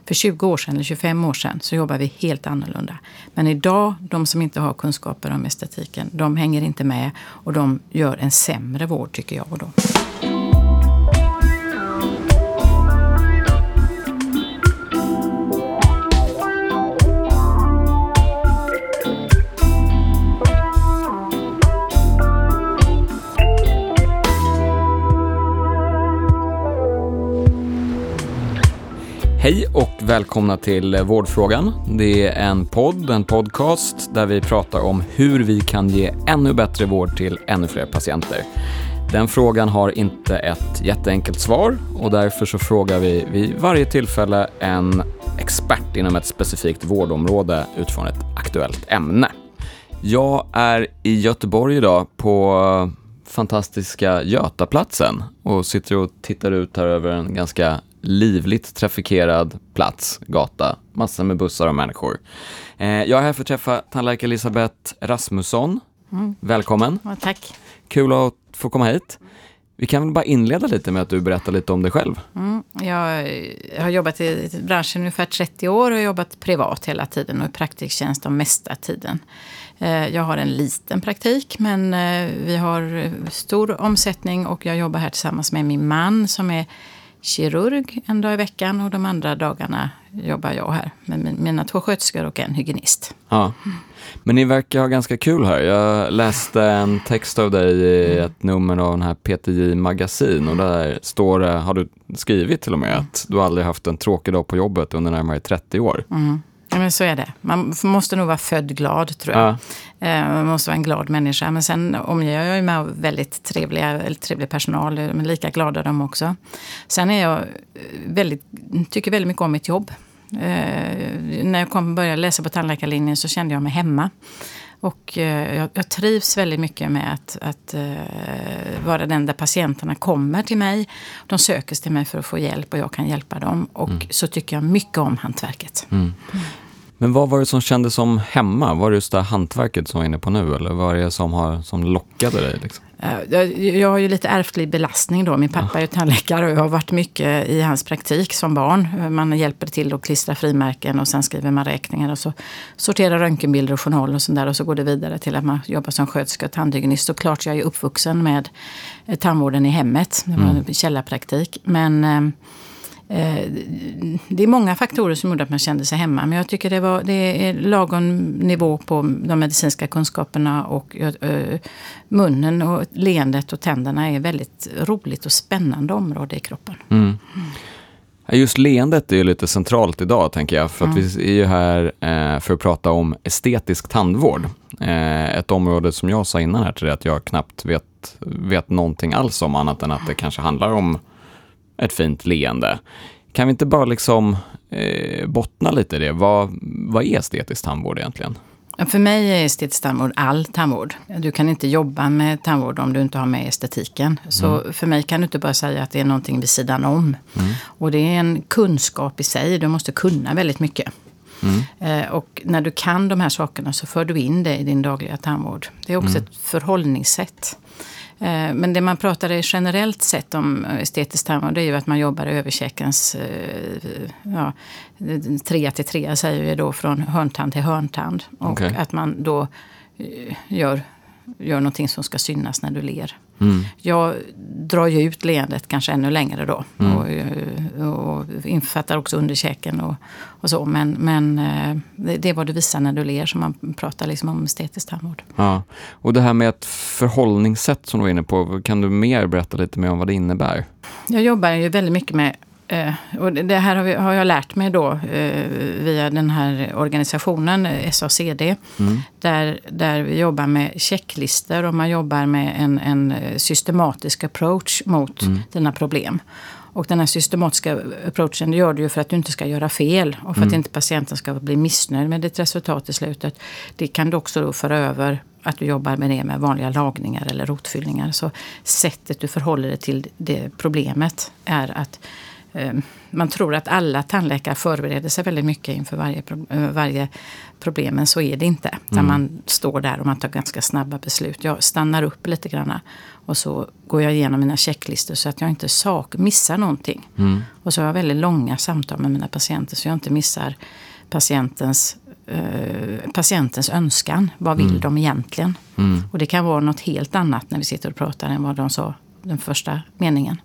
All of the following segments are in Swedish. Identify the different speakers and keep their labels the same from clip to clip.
Speaker 1: För 20 år sedan eller 25 år sedan så jobbar vi helt annorlunda. Men idag, de som inte har kunskaper om estetiken, de hänger inte med och de gör en sämre vård tycker jag då.
Speaker 2: Hej och välkomna till Vårdfrågan. Det är en podcast där vi pratar om hur vi kan ge ännu bättre vård till ännu fler patienter. Den frågan har inte ett jätteenkelt svar och därför så frågar vi vid varje tillfälle en expert inom ett specifikt vårdområde utifrån ett aktuellt ämne. Jag är i Göteborg idag på fantastiska Götaplatsen och sitter och tittar ut här över en ganska livligt trafikerad plats, gata, massor med bussar och människor. Jag är här för att träffa tandläkare Elisabeth Rasmusson. Välkommen.
Speaker 1: Ja, tack.
Speaker 2: Kul att få komma hit. Vi kan väl bara inleda lite med att du berättar lite om dig själv.
Speaker 1: Jag har jobbat i branschen ungefär 30 år och jobbat privat hela tiden och i praktiktjänst de mesta tiden. Jag har en liten praktik men vi har stor omsättning och jag jobbar här tillsammans med min man som är kirurg en dag i veckan och de andra dagarna jobbar jag här med mina 2 sköterskor och en hygienist.
Speaker 2: Ja. Men ni verkar ha ganska kul här. Jag läste en text av dig i ett nummer av den här PTJ Magasin och där står det, har du skrivit till och med att du aldrig haft en tråkig dag på jobbet under närmare 30 år.
Speaker 1: Ja, men så är det. Man måste nog vara född glad, tror jag. Ja. Man måste vara en glad människa. Men sen omger jag ju med väldigt trevlig personal. Men lika glada de också. Sen är jag tycker väldigt mycket om mitt jobb. När jag började läsa på tandläkarlinjen så kände jag mig hemma. Och jag trivs väldigt mycket med att vara den där patienterna kommer till mig. De söker till mig för att få hjälp och jag kan hjälpa dem. Och så tycker jag mycket om hantverket.
Speaker 2: Men vad var det som kändes som hemma? Var det just det hantverket som var inne på nu? Eller vad är det som lockade dig? Liksom?
Speaker 1: Jag har ju lite ärftlig belastning då. Min pappa är ju tandläkare och jag har varit mycket i hans praktik som barn. Man hjälper till att klistra frimärken och sen skriver man räkningar och så sorterar röntgenbilder och journaler och sånt där. Och så går det vidare till att man jobbar som sköterska och tandhygienist. Och klart jag är uppvuxen med tandvården i hemmet. Det var en källarpraktik. Men det är många faktorer som gjorde att man kände sig hemma. Men jag tycker det är lagom nivå på de medicinska kunskaperna och munnen och leendet och tänderna är väldigt roligt och spännande område i kroppen.
Speaker 2: Just leendet är ju lite centralt idag tänker jag. För att vi är ju här för att prata om estetisk tandvård. Ett område som jag sa innan här till det att jag knappt vet någonting alls om annat än att det kanske handlar om ett fint leende. Kan vi inte bara bottna lite i det? Vad är estetisk tandvård egentligen?
Speaker 1: För mig är estetisk tandvård all tandvård. Du kan inte jobba med tandvård om du inte har med estetiken. Så för mig kan du inte bara säga att det är någonting vid sidan om. Och det är en kunskap i sig. Du måste kunna väldigt mycket. Och när du kan de här sakerna så för du in det i din dagliga tandvård. Det är också ett förhållningssätt. Men det man pratar generellt sett om estetisk tandvård det är ju att man jobbar över käkens 3 till 3 säger vi då från hörntand till hörntand. Och att man då gör någonting som ska synas när du ler. Jag drar ju ut leendet kanske ännu längre då. Och infattar också underkäken och så. Men det är vad du visar när du ler som man pratar om estetisk tandvård. Ja.
Speaker 2: Och det här med ett förhållningssätt som du var inne på. Kan du mer berätta lite mer om vad det innebär? Jag
Speaker 1: jobbar ju väldigt mycket med och det här har jag lärt mig då via den här organisationen SACD där vi jobbar med checklistor och man jobbar med en systematisk approach mot dina problem. Och den här systematiska approachen gör du ju för att du inte ska göra fel och för att inte patienten ska bli missnöjd med ditt resultat i slutet. Det kan du också då föra över att du jobbar med det med vanliga lagningar eller rotfyllningar. Så sättet du förhåller dig till det problemet är att man tror att alla tandläkare förbereder sig väldigt mycket inför varje problem, men så är det inte. Utan man står där och man tar ganska snabba beslut. Jag stannar upp lite grann och så går jag igenom mina checklistor så att jag inte missar någonting. Och så har jag väldigt långa samtal med mina patienter så jag inte missar patientens önskan. Vad vill de egentligen? Och det kan vara något helt annat när vi sitter och pratar än vad de sa den första meningen.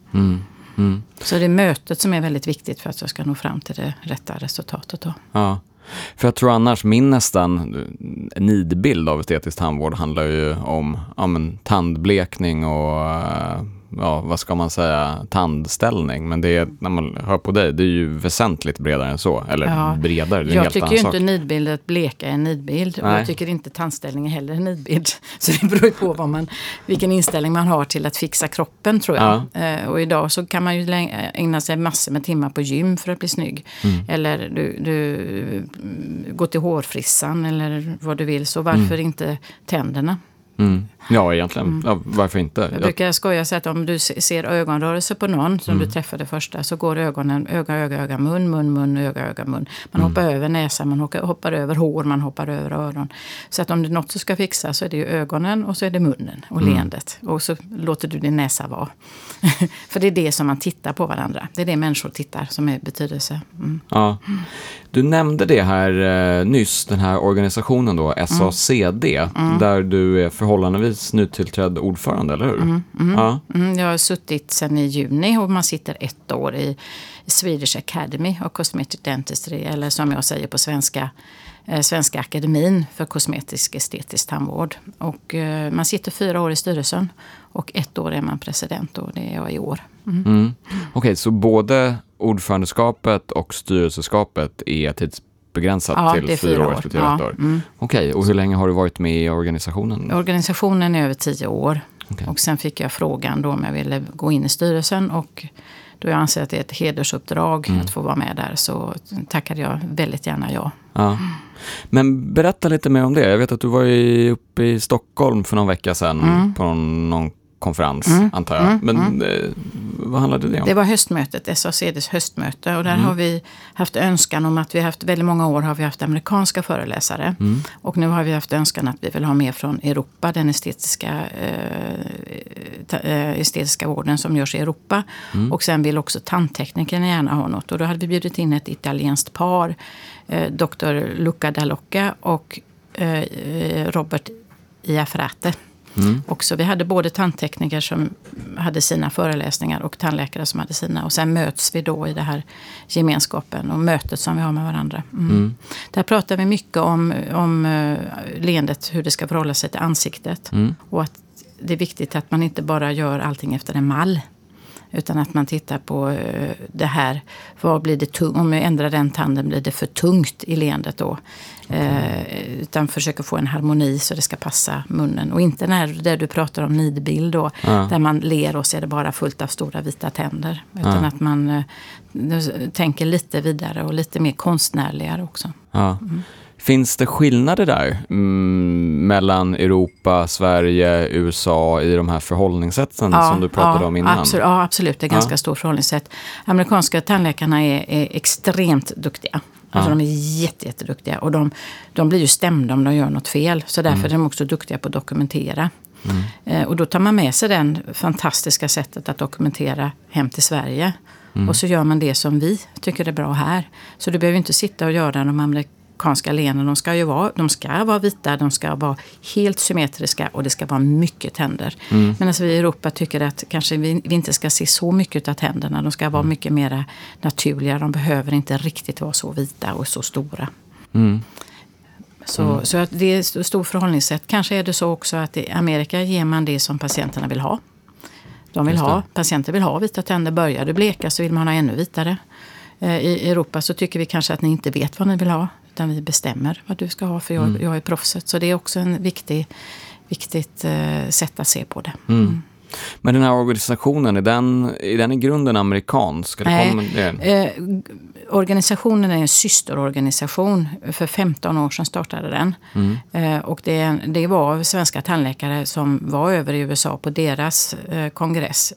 Speaker 1: Så det är mötet som är väldigt viktigt för att jag ska nå fram till det rätta resultatet då.
Speaker 2: Ja, för jag tror annars min nästan nidbild av estetisk tandvård handlar ju om tandblekning och vad ska man säga, tandställning. Men det är, när man hör på dig, det är ju väsentligt bredare än så. Eller bredare, det är en helt annan sak. Jag tycker ju inte nidbild att bleka är en nidbild. Och jag tycker inte tandställning är heller en nidbild. Så det beror ju på vilken inställning man har till att fixa kroppen, tror jag. Och idag så kan man ju ägna sig massor med timmar på gym för att bli snygg. Eller du går till hårfrissan eller vad du vill. Så varför inte tänderna? Ja, egentligen. Ja, varför inte? Jag brukar skoja säga att om du ser ögonrörelse på någon som du träffade första, så går ögonen öga, mun, öga, mun. Man hoppar över näsan, man hoppar över hår, man hoppar över öron. Så att om det är något som ska fixas så är det ju ögonen och så är det munnen och leendet. Och så låter du din näsa vara. För det är det som man tittar på varandra. Det är det människor tittar som är betydelse. Ja. Du nämnde det här nyss, den här organisationen då, SACD, där du är förhållandevis nytillträdd ordförande, eller hur? Jag har suttit sedan i juni och man sitter 1 år i Swedish Academy of Cosmetic Dentistry, eller som jag säger på svenska, Svenska akademin för kosmetisk estetisk tandvård. Och man sitter 4 år i styrelsen och 1 år är man president och det är jag i år. Okej, så både ordförandeskapet och styrelseskapet är tidsbegränsat till 4 år respektive 1 år? Okej, och hur länge har du varit med i organisationen? Organisationen är över 10 år. Och sen fick jag frågan då om jag ville gå in i styrelsen, och då jag anser att det är ett hedersuppdrag att få vara med där, så tackade jag väldigt gärna ja. Men berätta lite mer om det. Jag vet att du var uppe i Stockholm för någon vecka sedan på någon konferens, antar jag. Men vad handlade det om? Det var höstmötet, SACDs höstmöte, och där har vi haft önskan om att vi haft väldigt många år har vi haft amerikanska föreläsare. Och nu har vi haft önskan att vi vill ha med från Europa, den estetiska vården som görs i Europa. Och sen vill också tandteknikerna gärna ha något. Och då hade vi bjudit in ett italienskt par, Dr. Luca Dallocca och Robert Iafrate. Och så vi hade både tandtekniker som hade sina föreläsningar och tandläkare som hade sina. Och sen möts vi då i det här gemenskapen och mötet som vi har med varandra. Där pratar vi mycket om leendet, hur det ska förhålla sig till ansiktet. Och att det är viktigt att man inte bara gör allting efter en mall. Utan att man tittar på det här, vad blir det tungt, om jag ändrar den tanden blir det för tungt i leendet då. Utan försöker få en harmoni så det ska passa munnen. Och inte där du pratar om nidbild då, där man ler och så är det bara fullt av stora vita tänder. Utan att man tänker lite vidare och lite mer konstnärligare också. Finns det skillnader där mellan Europa, Sverige, USA i de här förhållningssätten som du pratade om innan? Absolut. Det är ganska stor förhållningssätt. Amerikanska tandläkarna är extremt duktiga. Alltså de är jätteduktiga. Och de blir ju stämda om de gör något fel. Så därför är de också duktiga på att dokumentera. Och då tar man med sig den fantastiska sättet att dokumentera hem till Sverige. Och så gör man det som vi tycker är bra här. Så du behöver inte sitta och göra de amerikanska leenden. De ska vara vita, de ska vara helt symmetriska och det ska vara mycket tänder. Medan vi i Europa tycker att kanske vi inte ska se så mycket av tänderna. De ska vara mycket mer naturliga. De behöver inte riktigt vara så vita och så stora. Så att det är ett stort förhållningssätt. Kanske är det så också att i Amerika ger man det som patienterna vill ha. Patienter vill ha vita tänder. Börjar du bleka så vill man ha ännu vitare. I Europa så tycker vi kanske att ni inte vet vad ni vill ha, utan vi bestämmer vad du ska ha, för jag är proffset. Så det är också en viktigt sätt att se på det. Men den här organisationen, är den i grunden amerikansk? Organisationen är en systerorganisation. För 15 år sedan startade den. Och det var svenska tandläkare som var över i USA på deras kongress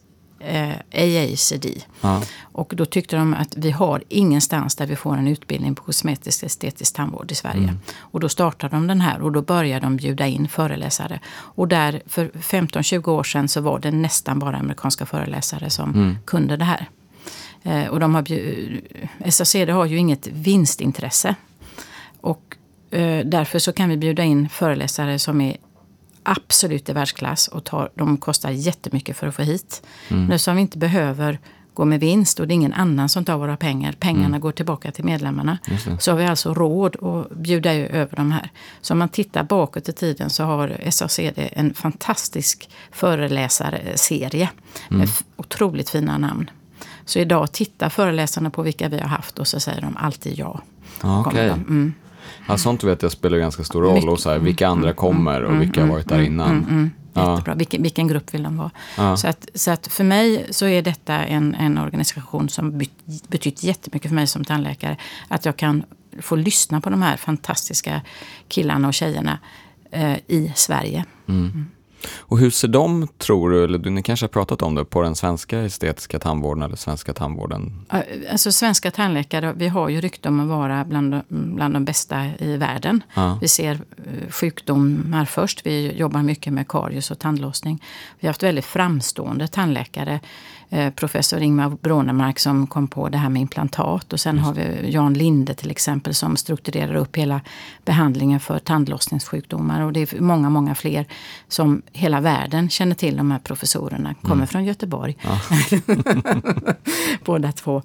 Speaker 1: AACD. Och då tyckte de att vi har ingenstans där vi får en utbildning på kosmetisk estetisk tandvård i Sverige. Och då startade de den här och då började de bjuda in föreläsare. Och där för 15-20 år sedan så var det nästan bara amerikanska föreläsare som kunde det här. Och de har SACD har ju inget vinstintresse. Och därför så kan vi bjuda in föreläsare som är absolut i världsklass och de kostar jättemycket för att få hit. Men som vi inte behöver gå med vinst och det är ingen annan som tar våra pengar. Pengarna går tillbaka till medlemmarna. Så har vi alltså råd att bjuda över de här. Så om man tittar bakåt i tiden så har SACD en fantastisk föreläsarserie med otroligt fina namn. Så idag tittar föreläsarna på vilka vi har haft och så säger de alltid ja.
Speaker 2: Okej. Ja, sånt vet jag spelar ganska stor roll. Och så här, vilka andra kommer och vilka har varit där innan.
Speaker 1: Jättebra. Vilken grupp vill de vara? Så att för mig så är detta en organisation som betytt jättemycket för mig som tandläkare. Att jag kan få lyssna på de här fantastiska killarna och tjejerna i Sverige.
Speaker 2: Och hur ser de, tror du, eller ni kanske har pratat om det, på den svenska estetiska tandvården eller svenska tandvården?
Speaker 1: Alltså svenska tandläkare, vi har ju rykte om att vara bland de bästa i världen. Vi ser sjukdomar först, vi jobbar mycket med karies och tandlossning. Vi har haft väldigt framstående tandläkare. Professor Ingmar Brånemark som kom på det här med implantat och sen har vi Jan Linde till exempel som strukturerar upp hela behandlingen för tandlossningssjukdomar och det är många fler som hela världen känner till. De här professorerna kommer från Göteborg. Båda två.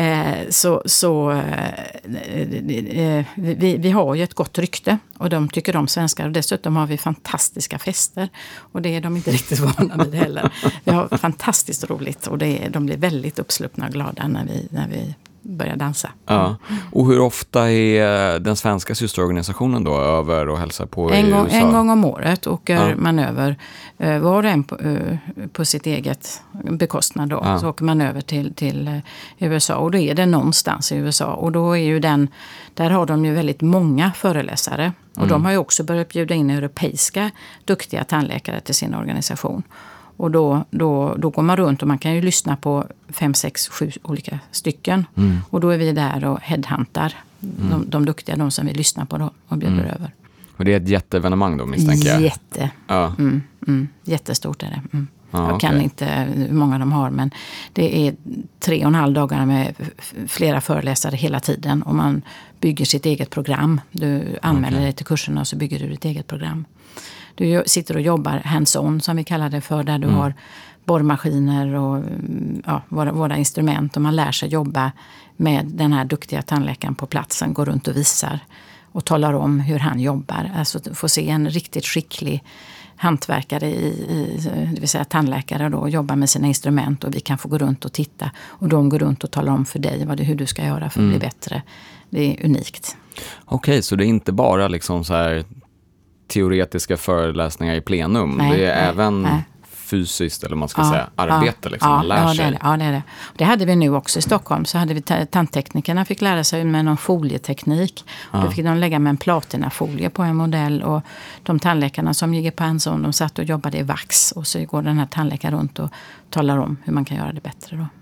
Speaker 1: Vi har ju ett gott rykte och de tycker om svenskar och dessutom har vi fantastiska fester och det är de inte riktigt vana vid heller. Vi har fantastiskt roligt och de blir väldigt uppsluppna och glada när vi börjar dansa.
Speaker 2: Ja. Och hur ofta är den svenska systerorganisationen då över och hälsar på i USA?
Speaker 1: En gång om året åker man över var och en på sitt eget bekostnad då. Så åker man över till USA och då är det någonstans i USA och då är ju där har de ju väldigt många föreläsare och de har ju också börjat bjuda in europeiska duktiga tandläkare till sin organisation. Och då går man runt och man kan ju lyssna på 5, 6, 7 olika stycken. Och då är vi där och headhuntar de duktiga, de som vi lyssnar på då och bjuder över. Och
Speaker 2: det är ett jätteevenemang då, misstänker jag?
Speaker 1: Jätte. Ja. Jättestort är det. Jag kan inte hur många de har, men det är 3,5 dagar med flera föreläsare hela tiden. Och man bygger sitt eget program. Du anmäler dig till kurserna och så bygger du ditt eget program. Du sitter och jobbar hands-on som vi kallar det för, där du har borrmaskiner och våra instrument och man lär sig jobba med den här duktiga tandläkaren på platsen, går runt och visar och talar om hur han jobbar. Alltså få se en riktigt skicklig hantverkare det vill säga tandläkare då, och jobba med sina instrument och vi kan få gå runt och titta och de går runt och talar om för dig hur du ska göra för att bli bättre. Det är unikt.
Speaker 2: Okej, så det är inte bara liksom så här teoretiska föreläsningar i plenum. Det är även fysiskt, eller man ska säga, arbete liksom. Man lär sig.
Speaker 1: Det är det. Det hade vi nu också i Stockholm. Så hade vi tandteknikerna fick lära sig med någon folieteknik. Då fick de lägga med en platinafolie på en modell. Och de tandläkarna som gick på hands-on, de satt och jobbade i vax. Och så går den här tandläkaren runt och talar om hur man kan göra det bättre då.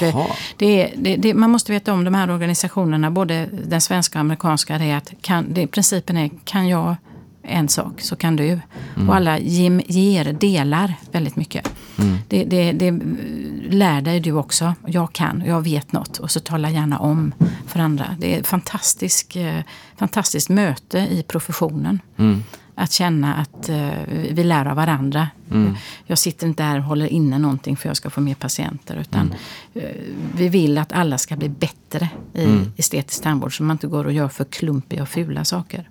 Speaker 1: Man måste veta om de här organisationerna, både den svenska och amerikanska, principen är, kan jag en sak så kan du. Och alla delar väldigt mycket. Det lär dig du också. Jag kan, jag vet något. Och så tala gärna om för andra. Det är ett fantastiskt möte i professionen. Att känna att vi lär av varandra. Jag sitter inte där och håller inne någonting för jag ska få mer patienter. Utan vi vill att alla ska bli bättre i estetisk tandvård. Så man inte går och gör för klumpiga och fula saker.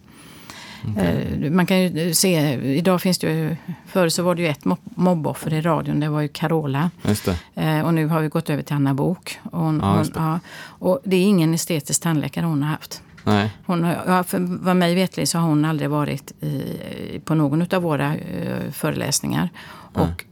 Speaker 1: Man kan ju se, idag finns det ju, förr så var det ju ett mobboffer i radion, det var ju Carola.
Speaker 2: Just det.
Speaker 1: Och nu har vi gått över till Anna Bok. Och det är ingen estetisk tandläkare hon har haft.
Speaker 2: Nej.
Speaker 1: För vad mig vetligt så har hon aldrig varit på någon av våra föreläsningar. Och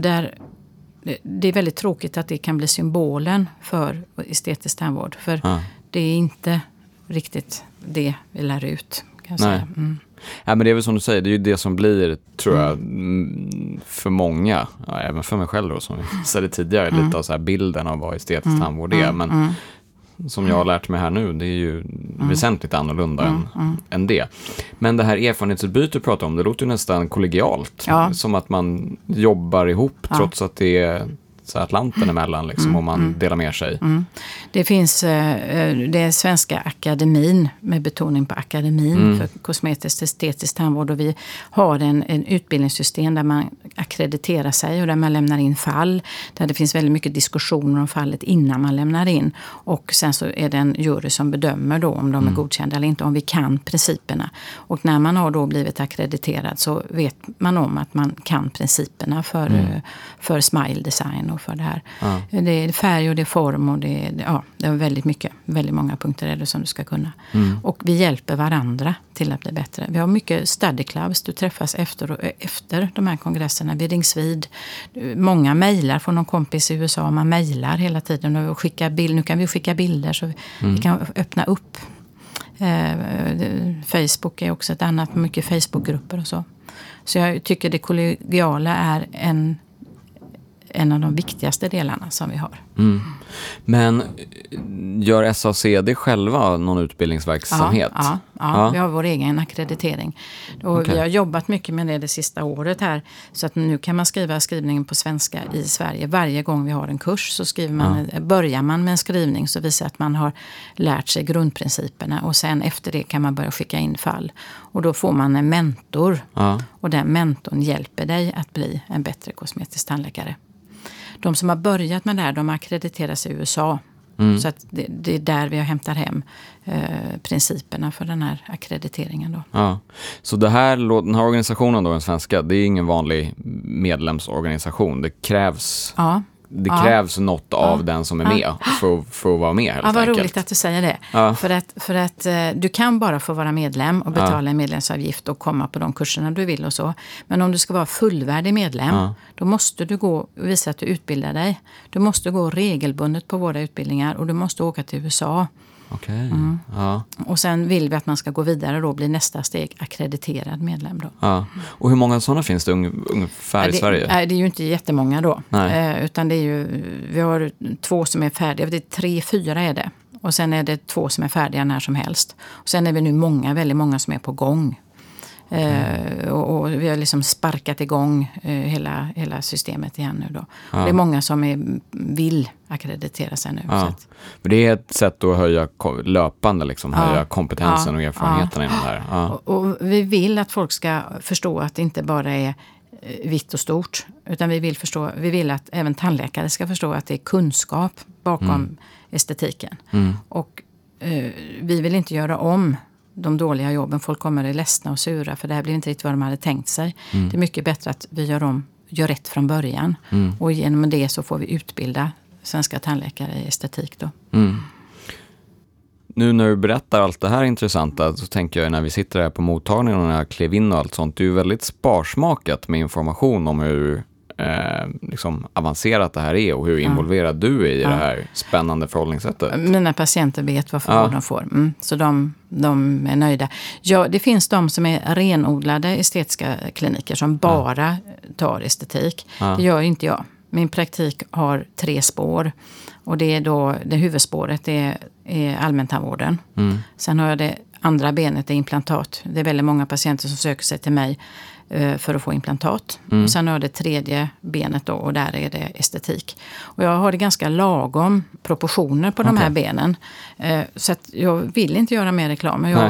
Speaker 1: det är väldigt tråkigt att det kan bli symbolen för estetisk tandvård. För det är inte riktigt det vi lär ut.
Speaker 2: Nej. Ja, men det är väl som du säger, det är ju det som blir, tror jag, för många, även för mig själv då, som vi sa tidigare, lite av så här bilden av vad estetisk tandvård är. Men som jag har lärt mig här nu, det är ju väsentligt annorlunda än det. Men det här erfarenhetsutbytet du pratar om, det låter ju nästan kollegialt.
Speaker 1: Ja.
Speaker 2: Som att man jobbar ihop trots att det är så Atlanten emellan liksom, om man delar med sig.
Speaker 1: Det finns, det är Svenska akademin, med betoning på akademin, för kosmetisk estetisk tandvård, och vi har en utbildningssystem där man akkrediterar sig och där man lämnar in fall, där det finns väldigt mycket diskussioner om fallet innan man lämnar in, och sen så är det en jury som bedömer då om de är godkända eller inte, om vi kan principerna. Och när man har då blivit akkrediterad så vet man om att man kan principerna för smile design och för det här. Det är färg och det är form och det är väldigt många punkter är det som du ska kunna. Och vi hjälper varandra till att bli bättre. Vi har mycket study clubs, du träffas efter de här kongresserna. Vi rings vid. Många mejlar från någon kompis i USA, man mejlar hela tiden och skickar bild. Nu kan vi skicka bilder så vi kan öppna upp. Facebook är också ett annat, mycket Facebookgrupper och så. Så jag tycker det kollegiala är en av de viktigaste delarna som vi har.
Speaker 2: Men gör SACD själva någon utbildningsverksamhet?
Speaker 1: Ja, vi har vår egen akkreditering. Och vi har jobbat mycket med det sista året här. Så att nu kan man skriva skrivningen på svenska i Sverige. Varje gång vi har en kurs så börjar man med en skrivning så visar att man har lärt sig grundprinciperna. Och sen efter det kan man börja skicka in fall. Och då får man en mentor. Och den mentorn hjälper dig att bli en bättre kosmetisk tandläkare. De som har börjat med det här, de akkrediteras i USA. Så att det är där vi hämtar hem principerna för den här akkrediteringen då.
Speaker 2: Ja. Så den här organisationen då, den svenska, det är ingen vanlig medlemsorganisation. Det krävs... Det krävs något av den som är med för att vara med helt
Speaker 1: vad
Speaker 2: enkelt.
Speaker 1: Roligt att du säger det. För att du kan bara få vara medlem och betala en medlemsavgift och komma på de kurserna du vill och så. Men om du ska vara fullvärdig medlem, då måste du gå och visa att du utbildar dig. Du måste gå regelbundet på våra utbildningar och du måste åka till USA.
Speaker 2: Okej.
Speaker 1: Och sen vill vi att man ska gå vidare och bli nästa steg akkrediterad medlem då.
Speaker 2: Och hur många sådana finns det ungefär i Sverige?
Speaker 1: Det är ju inte jättemånga då. Utan det är ju, vi har 2 som är färdiga. Det är 3-4 är det. Och sen är det 2 som är färdiga när som helst. Och sen är vi nu väldigt många som är på gång. Och vi har liksom sparkat igång hela systemet igen nu då. Det är många som vill akkreditera sig nu. Så att.
Speaker 2: Det är ett sätt att höja löpande, liksom, höja kompetensen och erfarenheten inom det här.
Speaker 1: Och vi vill att folk ska förstå att det inte bara är vitt och stort, utan vi vill att även tandläkare ska förstå att det är kunskap bakom estetiken. Och vi vill inte göra om de dåliga jobben. Folk kommer är ledsna och sura för det här blir inte riktigt vad de hade tänkt sig. Det är mycket bättre att vi gör rätt från början. Och genom det så får vi utbilda svenska tandläkare i estetik då.
Speaker 2: Nu när du berättar allt det här intressanta så tänker jag när vi sitter här på mottagningen och när jag klev in och allt sånt, det är ju väldigt sparsmakat med information om hur liksom avancerat det här är och hur involverad du är i det här spännande förhållningssättet.
Speaker 1: Mina patienter vet vad för de får. Så de är nöjda. Ja, det finns de som är renodlade estetiska kliniker som bara tar estetik. Det gör inte jag. Min praktik har 3 spår. Och det är då, det huvudspåret är allmäntandvården. Sen har jag det andra benet är implantat. Det är väldigt många patienter som söker sig till mig för att få implantat. Och sen har jag det 3:e benet då, och där är det estetik. Och jag har det ganska lagom proportioner på de här benen. Så att jag vill inte göra mer reklam. Men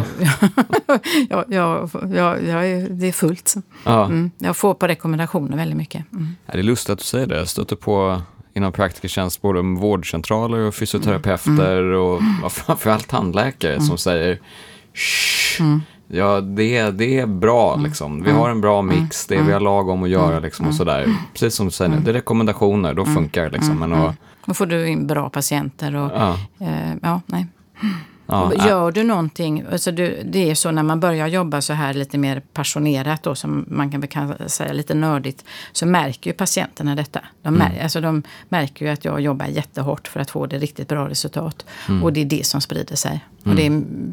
Speaker 1: det är fullt. Jag får på rekommendationer väldigt mycket.
Speaker 2: Det är lustigt att du säger det. Jag stöter på inom praktikertjänst både vårdcentraler och fysioterapeuter och framförallt tandläkare som säger ja, det är bra liksom. Vi har en bra mix, det är vi har lagom att göra liksom, och sådär. Precis som du säger, det är rekommendationer, då funkar det liksom. Men
Speaker 1: då får du in bra patienter och gör du någonting, alltså det är så när man börjar jobba så här lite mer passionerat då, som man kan säga lite nördigt, så märker ju patienterna detta. De märker ju att jag jobbar jättehårt för att få det riktigt bra resultat. Och det är det som sprider sig. Och det är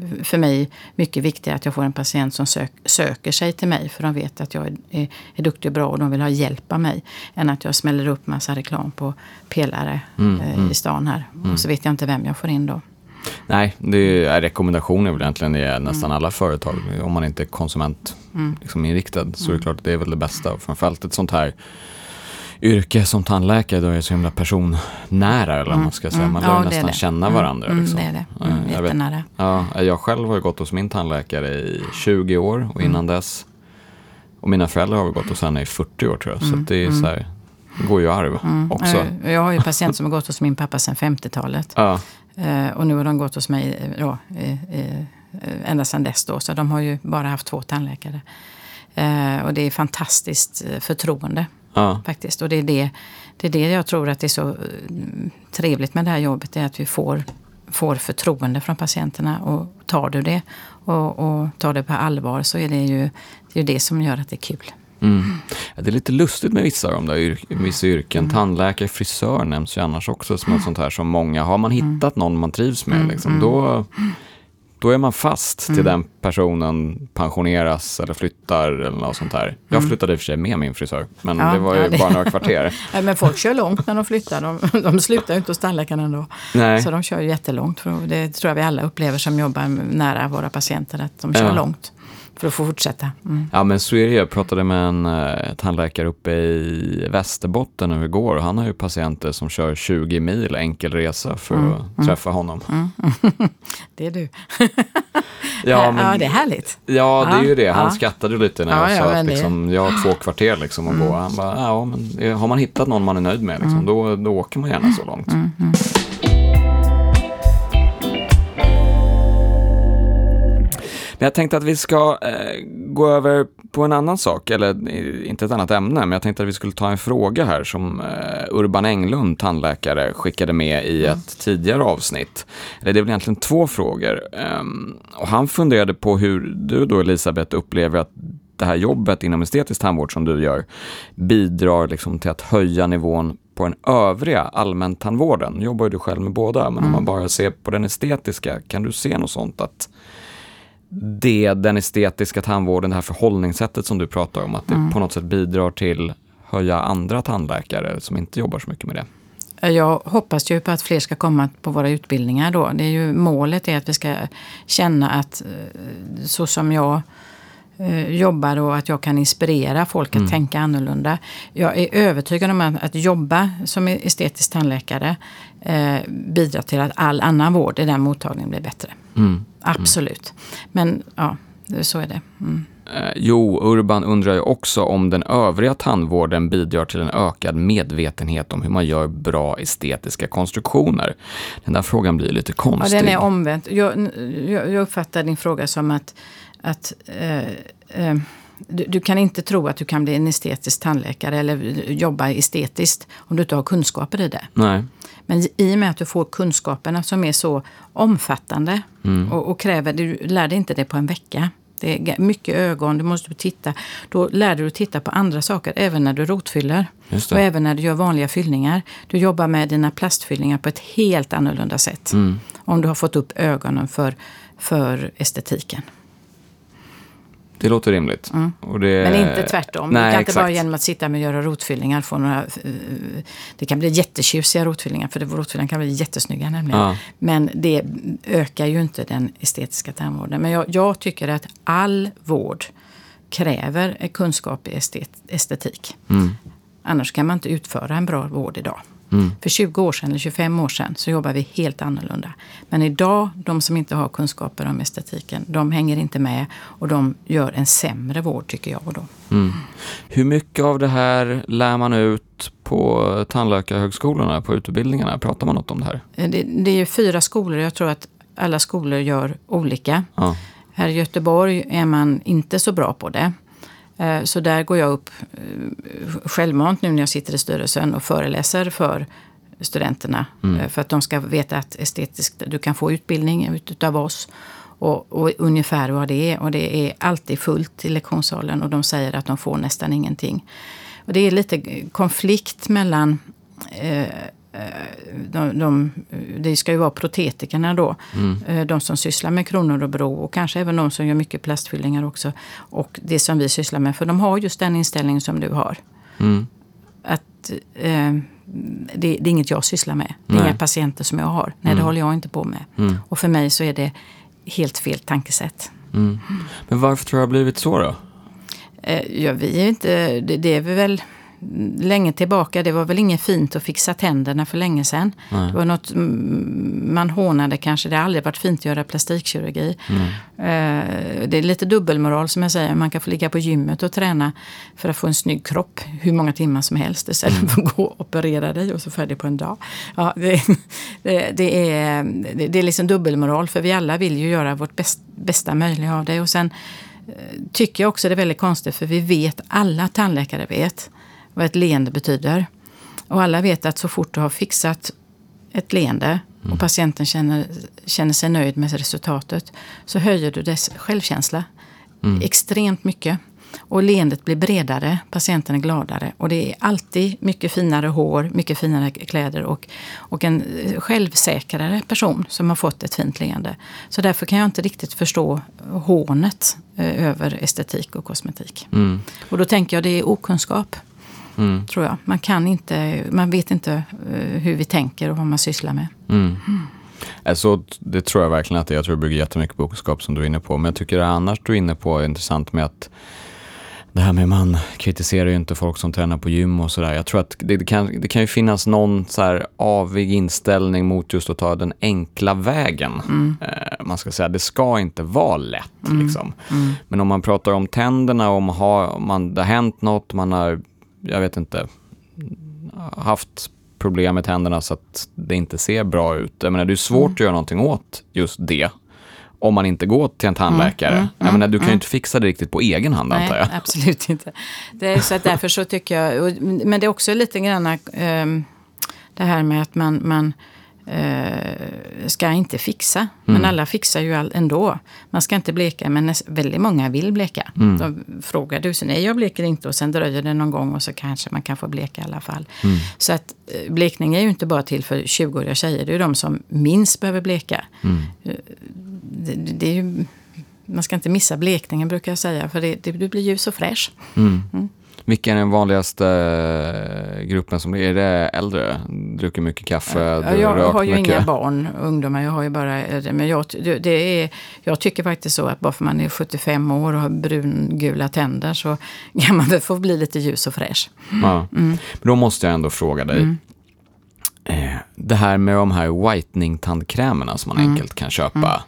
Speaker 1: för mig mycket viktigare att jag får en patient som söker sig till mig, för de vet att jag är duktig och bra och de vill ha hjälp av mig, än att jag smäller upp massa reklam på pelare i stan här. Och så vet jag inte vem jag får in då.
Speaker 2: Nej, det är rekommendationer väl egentligen i nästan alla företag. Om man inte är konsument liksom inriktad så är det klart att det är väl det bästa. Och framförallt ett sånt här yrke som tandläkare, då är det så himla personnära, eller man ska säga. Man lär nästan känna varandra. Liksom.
Speaker 1: Det är det. Jättenära.
Speaker 2: Jag själv har ju gått hos min tandläkare i 20 år och innan dess. Och mina föräldrar har gått hos henne i 40 år tror jag. Så det är så här, det går ju arv också.
Speaker 1: Jag har ju patient som har gått hos min pappa sedan 50-talet. Och nu har de gått hos mig då, ända sedan dess då. Så de har ju bara haft 2 tandläkare. Och det är fantastiskt förtroende faktiskt. Och det är det jag tror att det är så trevligt med det här jobbet. Det är att vi får förtroende från patienterna. Och tar du det och tar det på allvar, så är det ju det som gör att det är kul.
Speaker 2: Det är lite lustigt med vissa av de där vissa yrken. Tandläkare, frisör nämns ju annars också som ett sånt här som många. Har man hittat någon man trivs med liksom, då är man fast till den personen pensioneras eller flyttar eller något sånt här. Jag flyttade i och för sig med min frisör, men det var ju bara några kvarter.
Speaker 1: Men folk kör långt när de flyttar. De slutar ju inte hos tandläkaren ändå. Nej. Så de kör ju jättelångt. För det tror jag vi alla upplever som jobbar nära våra patienter, att de kör långt för att få fortsätta.
Speaker 2: Ja, men så är det. Jag pratade med en tandläkare uppe i Västerbotten nu igår. Han har ju patienter som kör 20 mil enkel resa för att träffa honom.
Speaker 1: Det är du.
Speaker 2: Ja,
Speaker 1: det är härligt.
Speaker 2: Ja, det är ju det. Han skrattade lite när jag sa att liksom, jag har 2 kvarter liksom att gå. Han bara, men har man hittat någon man är nöjd med liksom, då åker man gärna så långt. Men jag tänkte att vi ska gå över på en annan sak, eller inte ett annat ämne, men jag tänkte att vi skulle ta en fråga här som Urban Englund, tandläkare, skickade med i ett tidigare avsnitt. Eller det är väl egentligen 2 frågor. Och han funderade på hur du då, Elisabeth, upplever att det här jobbet inom estetisk tandvård som du gör bidrar liksom till att höja nivån på den övriga allmäntandvården. Nu jobbar ju du själv med båda, men om man bara ser på den estetiska, kan du se något sånt att den estetiska tandvården, det här förhållningssättet som du pratar om, att det på något sätt bidrar till höja andra tandläkare som inte jobbar så mycket med det?
Speaker 1: Jag hoppas ju på att fler ska komma på våra utbildningar då. Det är ju, målet är att vi ska känna att så som jag jobbar och att jag kan inspirera folk att tänka annorlunda. Jag är övertygad om att jobba som estetisk tandläkare bidrar till att all annan vård i den mottagningen blir bättre. Absolut. Men ja, så är det.
Speaker 2: Urban undrar ju också om den övriga tandvården bidrar till en ökad medvetenhet om hur man gör bra estetiska konstruktioner. Den där frågan blir lite konstig.
Speaker 1: Ja, den är omvänt. Jag uppfattar din fråga som att du kan inte tro att du kan bli en estetisk tandläkare eller jobba estetiskt om du inte har kunskaper i det.
Speaker 2: Nej.
Speaker 1: Men i och med att du får kunskaperna som är så omfattande och kräver, du lär dig inte det på en vecka. Det är mycket ögon, du måste titta. Då lär du titta på andra saker, även när du rotfyller. Och även när du gör vanliga fyllningar. Du jobbar med dina plastfyllningar på ett helt annorlunda sätt. Om du har fått upp ögonen för estetiken.
Speaker 2: Det låter rimligt. Och det...
Speaker 1: Men inte tvärtom.
Speaker 2: Nej,
Speaker 1: du kan inte
Speaker 2: exakt.
Speaker 1: bara genom att sitta med och göra rotfyllningar få några... Det kan bli jättetjusiga rotfyllningar, för rotfyllningar kan bli jättesnygga nämligen. Ja. Men det ökar ju inte den estetiska tandvården. Men jag tycker att all vård kräver kunskap i estetik. Annars kan man inte utföra en bra vård idag. För 20 år sedan eller 25 år sedan så jobbar vi helt annorlunda. Men idag, de som inte har kunskaper om estetiken, de hänger inte med och de gör en sämre vård, tycker jag då.
Speaker 2: Hur mycket av det här lär man ut på tandläkarhögskolorna, på utbildningarna? Pratar man något om det här?
Speaker 1: Det är ju 4 skolor. Jag tror att alla skolor gör olika. Ja. Här i Göteborg är man inte så bra på det. Så där går jag upp självmant nu när jag sitter i styrelsen och föreläser för studenterna. För att de ska veta att estetiskt, du kan få utbildning utav oss och ungefär vad det är. Och det är alltid fullt i lektionssalen och de säger att de får nästan ingenting. Och det är lite konflikt mellan det ska ju vara protetikerna då. De som sysslar med kronor och bro och kanske även de som gör mycket plastfyllningar också. Och det som vi sysslar med, för de har just den inställningen som du har. Att det är inget jag sysslar med. Det är inga patienter som jag har. Nej, det håller jag inte på med. Och för mig så är det helt fel tankesätt.
Speaker 2: Men varför tror jag det har blivit så då?
Speaker 1: Ja, vi är inte... Det är väl länge tillbaka. Det var väl inget fint att fixa tänderna för länge sedan. Det var något man hånade kanske. Det har aldrig varit fint att göra plastikkirurgi. Det är lite dubbelmoral som jag säger. Man kan få ligga på gymmet och träna för att få en snygg kropp hur många timmar som helst istället för att gå och operera dig och så färdig på en dag. Ja, det är liksom dubbelmoral, för vi alla vill ju göra vårt bästa möjliga av det. Och sen tycker jag också det är väldigt konstigt, för vi vet, alla tandläkare vet vad ett leende betyder. Och alla vet att så fort du har fixat ett leende och patienten känner sig nöjd med resultatet, så höjer du dess självkänsla extremt mycket. Och leendet blir bredare, patienten är gladare. Och det är alltid mycket finare hår, mycket finare kläder och en självsäkrare person som har fått ett fint leende. Så därför kan jag inte riktigt förstå hånet över estetik och kosmetik. Och då tänker jag det är okunskap. Tror jag. Man vet inte hur vi tänker och vad man sysslar med.
Speaker 2: Alltså, det tror jag verkligen att det är. Jag tror det bygger jättemycket på okunskap som du är inne på. Men jag tycker det annars du är inne på är intressant med att det här med man kritiserar ju inte folk som tränar på gym och sådär. Jag tror att det kan ju finnas någon så här avig inställning mot just att ta den enkla vägen. Man ska säga, det ska inte vara lätt liksom. Men om man pratar om tänderna, om det har hänt något, man har, jag vet inte, haft problem med tänderna så att det inte ser bra ut. Jag menar, det är svårt att göra någonting åt just det om man inte går till en tandläkare. Jag menar, du kan ju inte fixa det riktigt på egen hand, antar jag.
Speaker 1: Nej, absolut inte. Det är så att därför så tycker jag, men det är också lite grann det här med att man ska inte fixa. Men alla fixar ju ändå. Man ska inte bleka, men väldigt många vill bleka. De frågar du, så nej, jag bleker inte, och sen dröjer det någon gång och så kanske man kan få bleka i alla fall. Så att blekning är ju inte bara till för 20-åriga tjejer, det är ju de som minst behöver bleka. Det är ju, man ska inte missa blekningen, brukar jag säga, för det blir ljus och fräsch.
Speaker 2: Vilken är den vanligaste gruppen som är det äldre? Dricker mycket kaffe,
Speaker 1: jag har ju mycket. Inga barn, ungdomar, jag har ju bara äldre. Men jag tycker faktiskt så att bara för man är 75 år och har brungula tänder så kan man väl få bli lite ljus och fräsch.
Speaker 2: Men då måste jag ändå fråga dig. Det här med de här whitening-tandkrämerna som man enkelt kan köpa.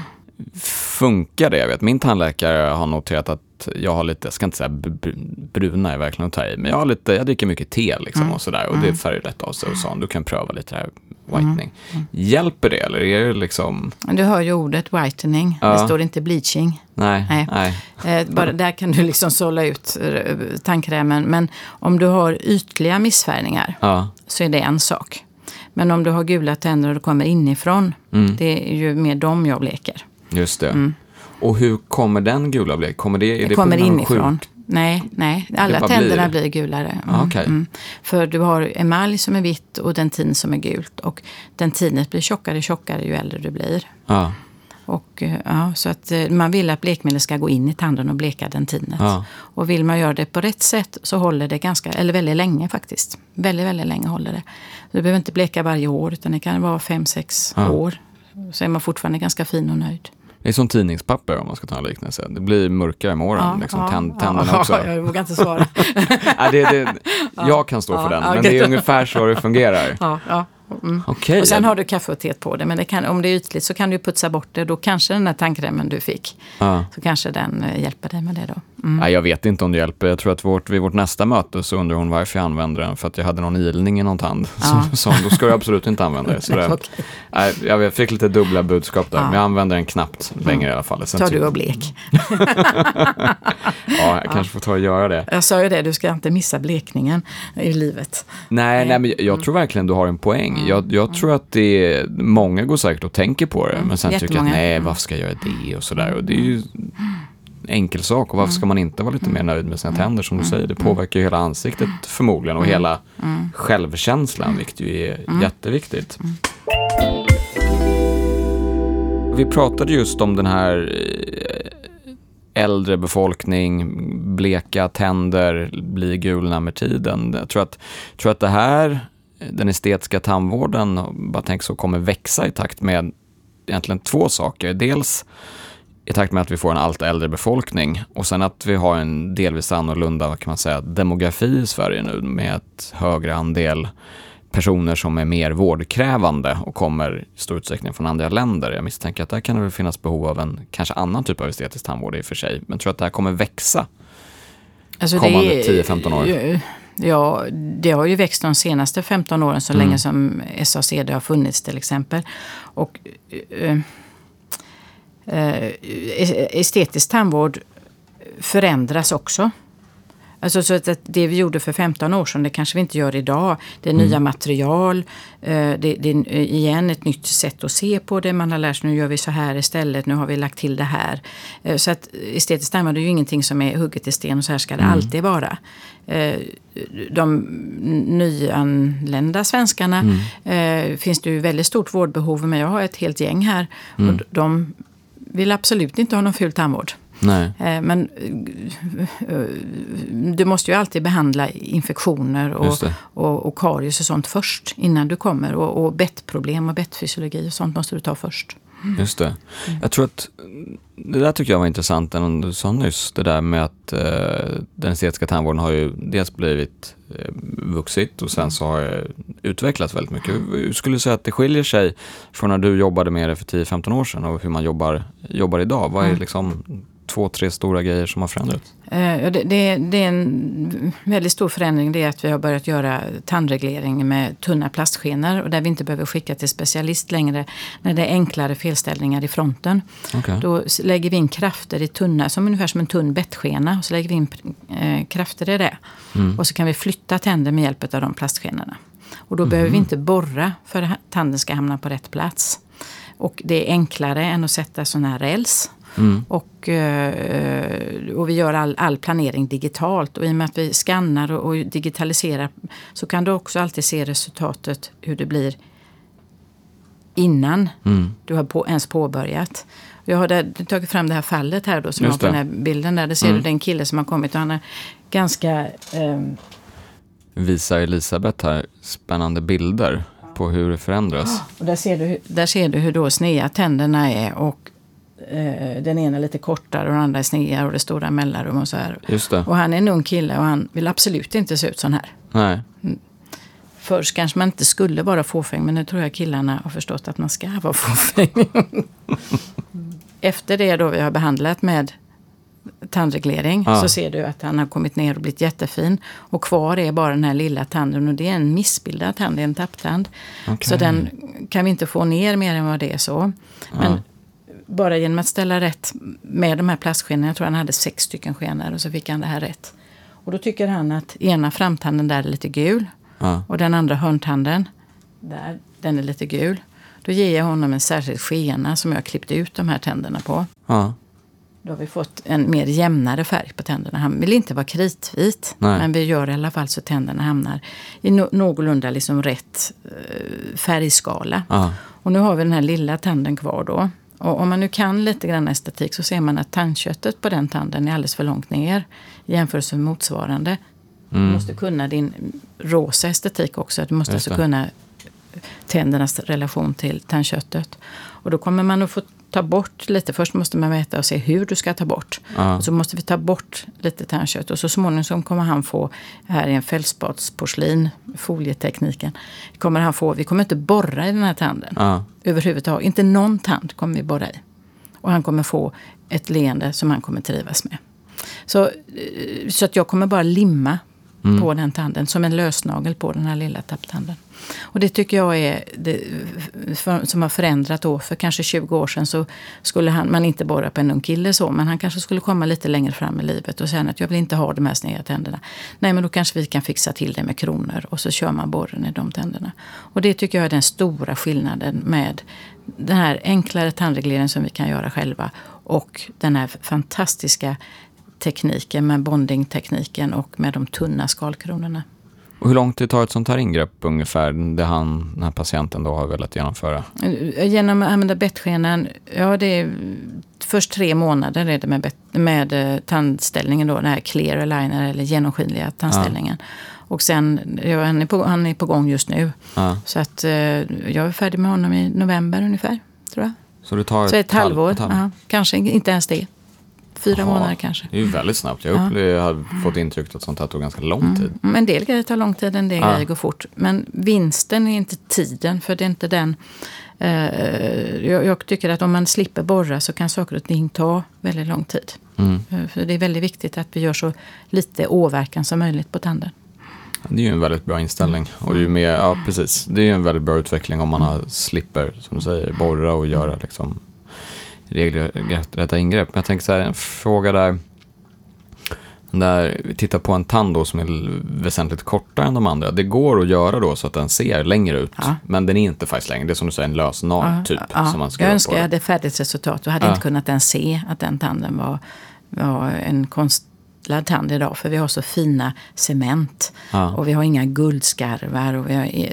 Speaker 2: Funkar det? Jag vet, min tandläkare har noterat att jag har lite, jag ska inte säga bruna är verkligen att ta i, men jag dricker mycket te liksom och sådär, och det färger rätt av sig och så. Du kan pröva lite här whitening. Hjälper det, eller är det liksom...
Speaker 1: Du hör ju ordet whitening, det står inte bleaching.
Speaker 2: Nej.
Speaker 1: Bara där kan du liksom sålla ut tandkrämen, men om du har ytliga missfärgningar så är det en sak. Men om du har gula tänder och det kommer inifrån, det är ju mer dem jag bleker.
Speaker 2: Just det. Och hur kommer den gula blek?
Speaker 1: Det kommer inifrån. Nej. Alla tänderna blir gulare. För du har emalj som är vitt och dentin som är gult. Och dentinet blir tjockare ju äldre du blir. Och, så att man vill att blekmedel ska gå in i tanden och bleka dentinet. Och vill man göra det på rätt sätt så håller det väldigt länge faktiskt. Väldigt, väldigt länge håller det. Du behöver inte bleka varje år, utan det kan vara 5-6 år. Så är man fortfarande ganska fin och nöjd.
Speaker 2: Det är som tidningspapper om man ska ta en liknelse. Det blir mörkare med åren. Tänderna också.
Speaker 1: Jag vågar inte svara.
Speaker 2: Jag kan stå för den, men det är ungefär så det fungerar. Okay.
Speaker 1: Och sen har du kaffe och te på det, men om det är ytligt så kan du putsa bort det. Då kanske den där tandkrämen du fick, så kanske den hjälper dig med det då.
Speaker 2: Nej, jag vet inte om det hjälper. Jag tror att vid vårt nästa möte så undrar hon varför jag använder den, för att jag hade någon ilning i någon tand. Då ska jag absolut inte använda det. Så jag fick lite dubbla budskap där, men jag använder den knappt längre i alla fall. Sen
Speaker 1: tar du och blek.
Speaker 2: Jag kanske får ta och göra det.
Speaker 1: Jag sa ju det, du ska inte missa blekningen i livet.
Speaker 2: Nej, men jag tror verkligen du har en poäng. Jag tror att många går säkert och tänker på det, men sen tycker jag att nej, varför ska jag göra det och sådär. Och det är ju enkel sak. Och varför ska man inte vara lite mer nöjd med sina tänder, som du säger? Det påverkar ju hela ansiktet förmodligen och hela självkänslan, vilket ju är jätteviktigt. Vi pratade just om den här äldre befolkning, bleka tänder, blir gulna med tiden. Jag tror att det här, den estetiska tandvården, bara tänk så, kommer växa i takt med egentligen två saker. Dels i takt med att vi får en allt äldre befolkning, och sen att vi har en delvis annorlunda, vad kan man säga, demografi i Sverige nu, med ett högre andel personer som är mer vårdkrävande och kommer i stor utsträckning från andra länder. Jag misstänker att där kan det väl finnas behov av en kanske annan typ av estetisk tandvård i och för sig. Men tror att det här kommer växa kommande 10-15 år?
Speaker 1: Ja, det har ju växt de senaste 15 åren så länge som SACD har funnits till exempel. Och estetisk tandvård förändras också. Alltså så att det vi gjorde för 15 år sedan, det kanske vi inte gör idag. Det är nya material, det är igen ett nytt sätt att se på det. Man har lärt sig, nu gör vi så här istället, nu har vi lagt till det här. Så att estetiskt tandvård är ju ingenting som är hugget i sten och så här ska det alltid vara. De nyanlända svenskarna finns det ju väldigt stort vårdbehov, men jag har ett helt gäng här och de vill absolut inte ha någon ful tandvård.
Speaker 2: Nej.
Speaker 1: Men du måste ju alltid behandla infektioner och karies och sånt först innan du kommer. Och bettproblem och bettfysiologi och sånt måste du ta först.
Speaker 2: Just det. Jag tror att det där tycker jag var intressant när du sa nyss. Det där med att den estetiska tandvården har ju dels blivit vuxit och sen så har det utvecklats väldigt mycket. Jag skulle säga att det skiljer sig från när du jobbade med det för 10-15 år sedan och hur man jobbar idag. Vad är liksom 2-3 stora grejer som har förändrats?
Speaker 1: Det är en väldigt stor förändring. Det är att vi har börjat göra tandreglering med tunna plastskenor och där vi inte behöver skicka till specialist längre när det är enklare felställningar i fronten.
Speaker 2: Okay.
Speaker 1: Då lägger vi in krafter i tunna, som ungefär som en tunn bettskena, och så lägger vi in krafter i det. Och så kan vi flytta tänder med hjälp av de plastskenorna. Och då behöver vi inte borra för att tanden ska hamna på rätt plats. Och det är enklare än att sätta sån här räls. Och vi gör all planering digitalt, och i och med att vi skannar och digitaliserar så kan du också alltid se resultatet hur det blir innan du har ens påbörjat. Jag har tagit fram det här fallet här då, som har på den här bilden där. Det ser du den kille som har kommit och han är ganska...
Speaker 2: Visar Elisabeth här spännande bilder på hur det förändras.
Speaker 1: Och där ser du hur då sneda tänderna är, och den ena är lite kortare och den andra är sneda och det stora mellanrum och så här.
Speaker 2: Just det.
Speaker 1: Och han är en ung kille och han vill absolut inte se ut sån här.
Speaker 2: Nej.
Speaker 1: Först kanske man inte skulle vara fåfäng, men nu tror jag killarna har förstått att man ska vara fåfäng. Efter det då vi har behandlat med tandreglering så ser du att han har kommit ner och blivit jättefin. Och kvar är bara den här lilla tanden, och det är en missbildad tand, det är en tapptand. Okay. Så den kan vi inte få ner mer än vad det är så. Men bara genom att ställa rätt med de här plastskenorna, jag tror han hade 6 stycken skenor, och så fick han det här rätt. Och då tycker han att ena framtanden där är lite gul och den andra hörntanden där, den är lite gul. Då ger jag honom en särskild skena som jag har klippt ut de här tänderna på. Då har vi fått en mer jämnare färg på tänderna. Han vill inte vara kritvit, men vi gör i alla fall så tänderna hamnar i någorlunda liksom rätt färgskala. Och nu har vi den här lilla tanden kvar då. Och om man nu kan lite grann estetik så ser man att tandköttet på den tanden är alldeles för långt ner i jämförelse med motsvarande. Du måste kunna din rosa estetik också. Du måste alltså kunna tändernas relation till tandköttet. Och då kommer man att få ta bort lite. Först måste man veta och se hur du ska ta bort. Och så måste vi ta bort lite tandkött. Och så småningom kommer han få, här är en fältspatsporslin, folietekniken. Vi kommer inte borra i den här tanden. Överhuvudtaget. Inte någon tand kommer vi borra i. Och han kommer få ett leende som han kommer trivas med. Så att jag kommer bara limma på den tanden. Som en lösnagel på den här lilla tapptanden. Och det tycker jag är som har förändrat då. För kanske 20 år sedan så skulle man inte borra på en ung kille så. Men han kanske skulle komma lite längre fram i livet och säga att jag vill inte ha de här sneda tänderna. Nej, men då kanske vi kan fixa till det med kronor. Och så kör man borren i de tänderna. Och det tycker jag är den stora skillnaden med den här enklare tandregleringen som vi kan göra själva. Och den här fantastiska tekniken med bondingtekniken och med de tunna skalkronorna.
Speaker 2: Och hur lång tid tar ett sånt här ingrepp ungefär, den här patienten då har velat genomföra?
Speaker 1: Genom att använda bettskenan, ja det är först 3 månader är det med tandställningen då, den här clear aligner eller genomskinliga tandställningen. Och sen, han är på gång just nu. Så att jag är färdig med honom i november ungefär, tror jag.
Speaker 2: Så det tar
Speaker 1: ett halvår, kanske inte ens det. 4 månader kanske.
Speaker 2: Det är ju väldigt snabbt. Jag har fått intryck att sånt här tog ganska lång tid.
Speaker 1: En del grejer tar lång tid, en del grejer går fort. Men vinsten är inte tiden, för det är inte den. Jag tycker att om man slipper borra så kan saker och ting ta väldigt lång tid. För det är väldigt viktigt att vi gör så lite åverkan som möjligt på tanden.
Speaker 2: Det är ju en väldigt bra inställning. Och det är ju precis. Det är ju en väldigt bra utveckling om man slipper, som du säger, borra och göra liksom regelrätta ingrepp. Men jag tänker så här, en fråga där vi tittar på en tand då som är väsentligt kortare än de andra. Det går att göra då så att den ser längre ut. Men den är inte faktiskt längre. Det är som du säger en lös nagel typ. Som man
Speaker 1: jag önskar jag hade färdigt resultat. Jag hade inte kunnat ens se att den tanden var en konstlad tand idag. För vi har så fina cement. Och vi har inga guldskarvar. Och,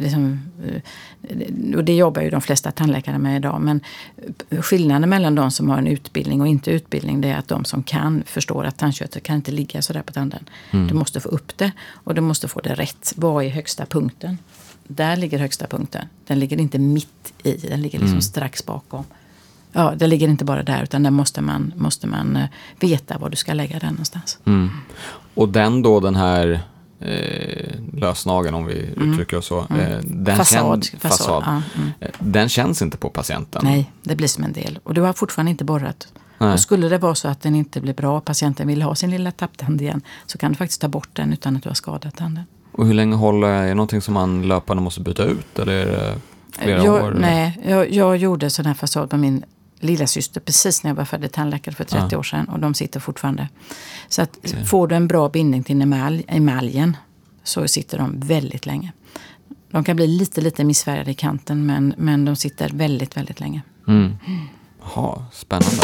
Speaker 1: och det jobbar ju de flesta tandläkare med idag. Men skillnaden mellan de som har en utbildning och inte utbildning, det är att de som kan förstår att tandköttet kan inte ligga så där på tanden. Du måste få upp det och du måste få det rätt. Vad är högsta punkten? Där ligger högsta punkten. Den ligger inte mitt i, den ligger liksom strax bakom. Ja, det ligger inte bara där, utan där måste man veta var du ska lägga den någonstans.
Speaker 2: Och den här lösnageln, om vi uttrycker oss så. Fasad. Den känns inte på patienten.
Speaker 1: Nej, det blir som en del. Och du har fortfarande inte borrat. Och skulle det vara så att den inte blir bra, patienten vill ha sin lilla tapptand igen, så kan du faktiskt ta bort den utan att du har skadat tanden. Och
Speaker 2: hur länge är det någonting som man löpande måste byta ut? Eller är det flera år?
Speaker 1: Nej, jag gjorde sån här fasad på min lilla syster precis när jag var färdig tandläkare för 30 år sedan, och de sitter fortfarande. Så att får du en bra bindning till emaljen så sitter de väldigt länge. De kan bli lite missfärgade i kanten, men de sitter väldigt, väldigt länge.
Speaker 2: Jaha, spännande.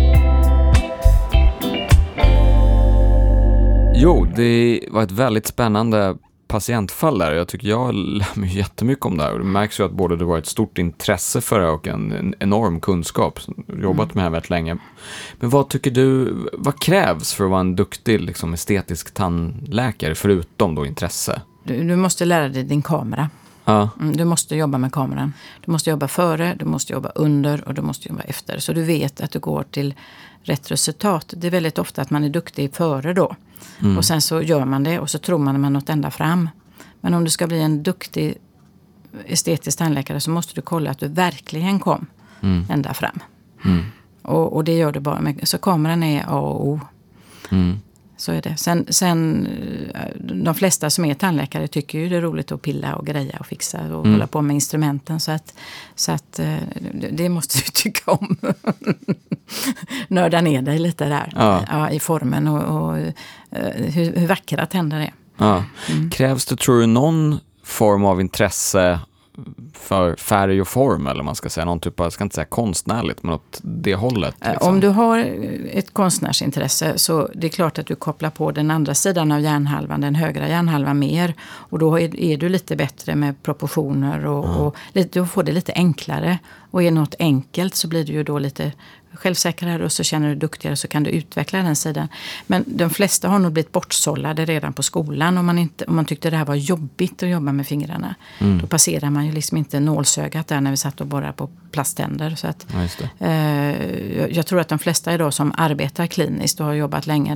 Speaker 2: Jo, det var ett väldigt spännande patientfall där. Jag tycker jag lär mig jättemycket om det här. Och det märks ju att både det var ett stort intresse för det och en enorm kunskap. Jobbat med det här väldigt länge. Men vad tycker du, vad krävs för att vara en duktig liksom, estetisk tandläkare förutom då intresse?
Speaker 1: Du måste lära dig din kamera. Du måste jobba med kameran. Du måste jobba före, du måste jobba under och du måste jobba efter. Så du vet att du går till rätt resultat. Det är väldigt ofta att man är duktig före då. Och sen så gör man det och så tror man något ända fram. Men om du ska bli en duktig estetisk tandläkare så måste du kolla att du verkligen kom ända fram. Och det gör du bara med. Så kameran är A och O. Så är det. Sen de flesta som är tandläkare tycker ju det är roligt att pilla och greja och fixa och hålla på med instrumenten. Så att det måste du tycka om. Nörda ner dig lite där i formen och hur vackra tänder är.
Speaker 2: Krävs det, tror du, någon form av intresse för färg och form, eller man ska säga någon typ av, jag ska inte säga konstnärligt, men åt det hållet liksom.
Speaker 1: Om du har ett konstnärsintresse så det är klart att du kopplar på den andra sidan av hjärnhalvan, den högra hjärnhalvan mer, och då är du lite bättre med proportioner och då får det lite enklare, och är något enkelt så blir du ju då lite självsäkrare och så känner du duktigare, så kan du utveckla den sidan. Men de flesta har nog blivit bortsållade redan på skolan om man tyckte det här var jobbigt att jobba med fingrarna. Då passerar man ju liksom inte nålsögat där när vi satt och borrade på plasttänder. Så att, jag tror att de flesta idag som arbetar kliniskt och har jobbat länge,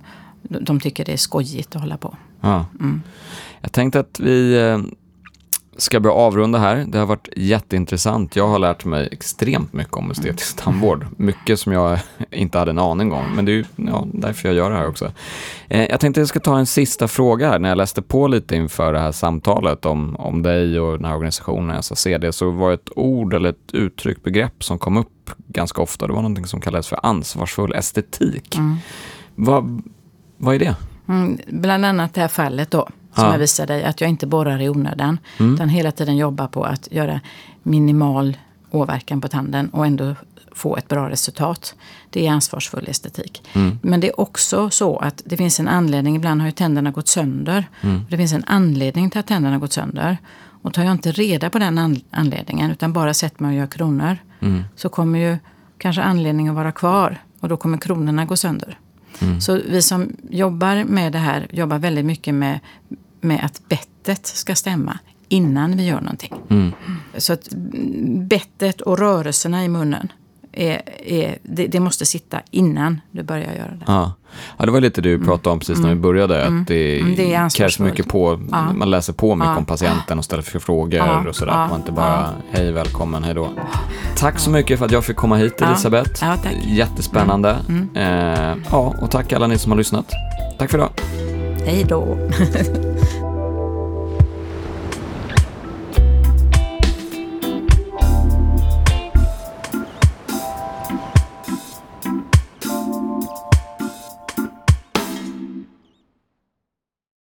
Speaker 1: de tycker det är skojigt att hålla på.
Speaker 2: Jag tänkte att vi ska börja avrunda här. Det har varit jätteintressant. Jag har lärt mig extremt mycket om estetisk tandvård. Mycket som jag inte hade en aning om. Men det är ju därför jag gör det här också. Jag tänkte att jag ska ta en sista fråga här. När jag läste på lite inför det här samtalet om dig och den här organisationen SACD, så var ett ord eller ett uttryck, begrepp som kom upp ganska ofta. Det var någonting som kallades för ansvarsfull estetik. Vad är det?
Speaker 1: Bland annat det här fallet då, som jag visade dig, att jag inte borrar i onödan, utan hela tiden jobbar på att göra minimal åverkan på tanden och ändå få ett bra resultat. Det är ansvarsfull estetik. Men det är också så att det finns en anledning, ibland har ju tänderna gått sönder. Det finns en anledning till att tänderna har gått sönder. Och tar jag inte reda på den anledningen, utan bara sätter mig och gör kronor, så kommer ju kanske anledningen att vara kvar, och då kommer kronorna gå sönder. Så vi som jobbar med det här jobbar väldigt mycket med att bettet ska stämma innan vi gör någonting. Så att bettet och rörelserna i munnen det måste sitta innan du börjar göra det.
Speaker 2: Ja, det var lite du pratade om precis när vi började. Att det krävs mycket på, man läser på mycket om patienten och ställer för frågor och sådär. Man inte bara, hej, välkommen, hej då. Tack så mycket för att jag fick komma hit, Elisabeth.
Speaker 1: Tack.
Speaker 2: Jättespännande. Och tack alla ni som har lyssnat. Tack för idag.
Speaker 1: Hej då.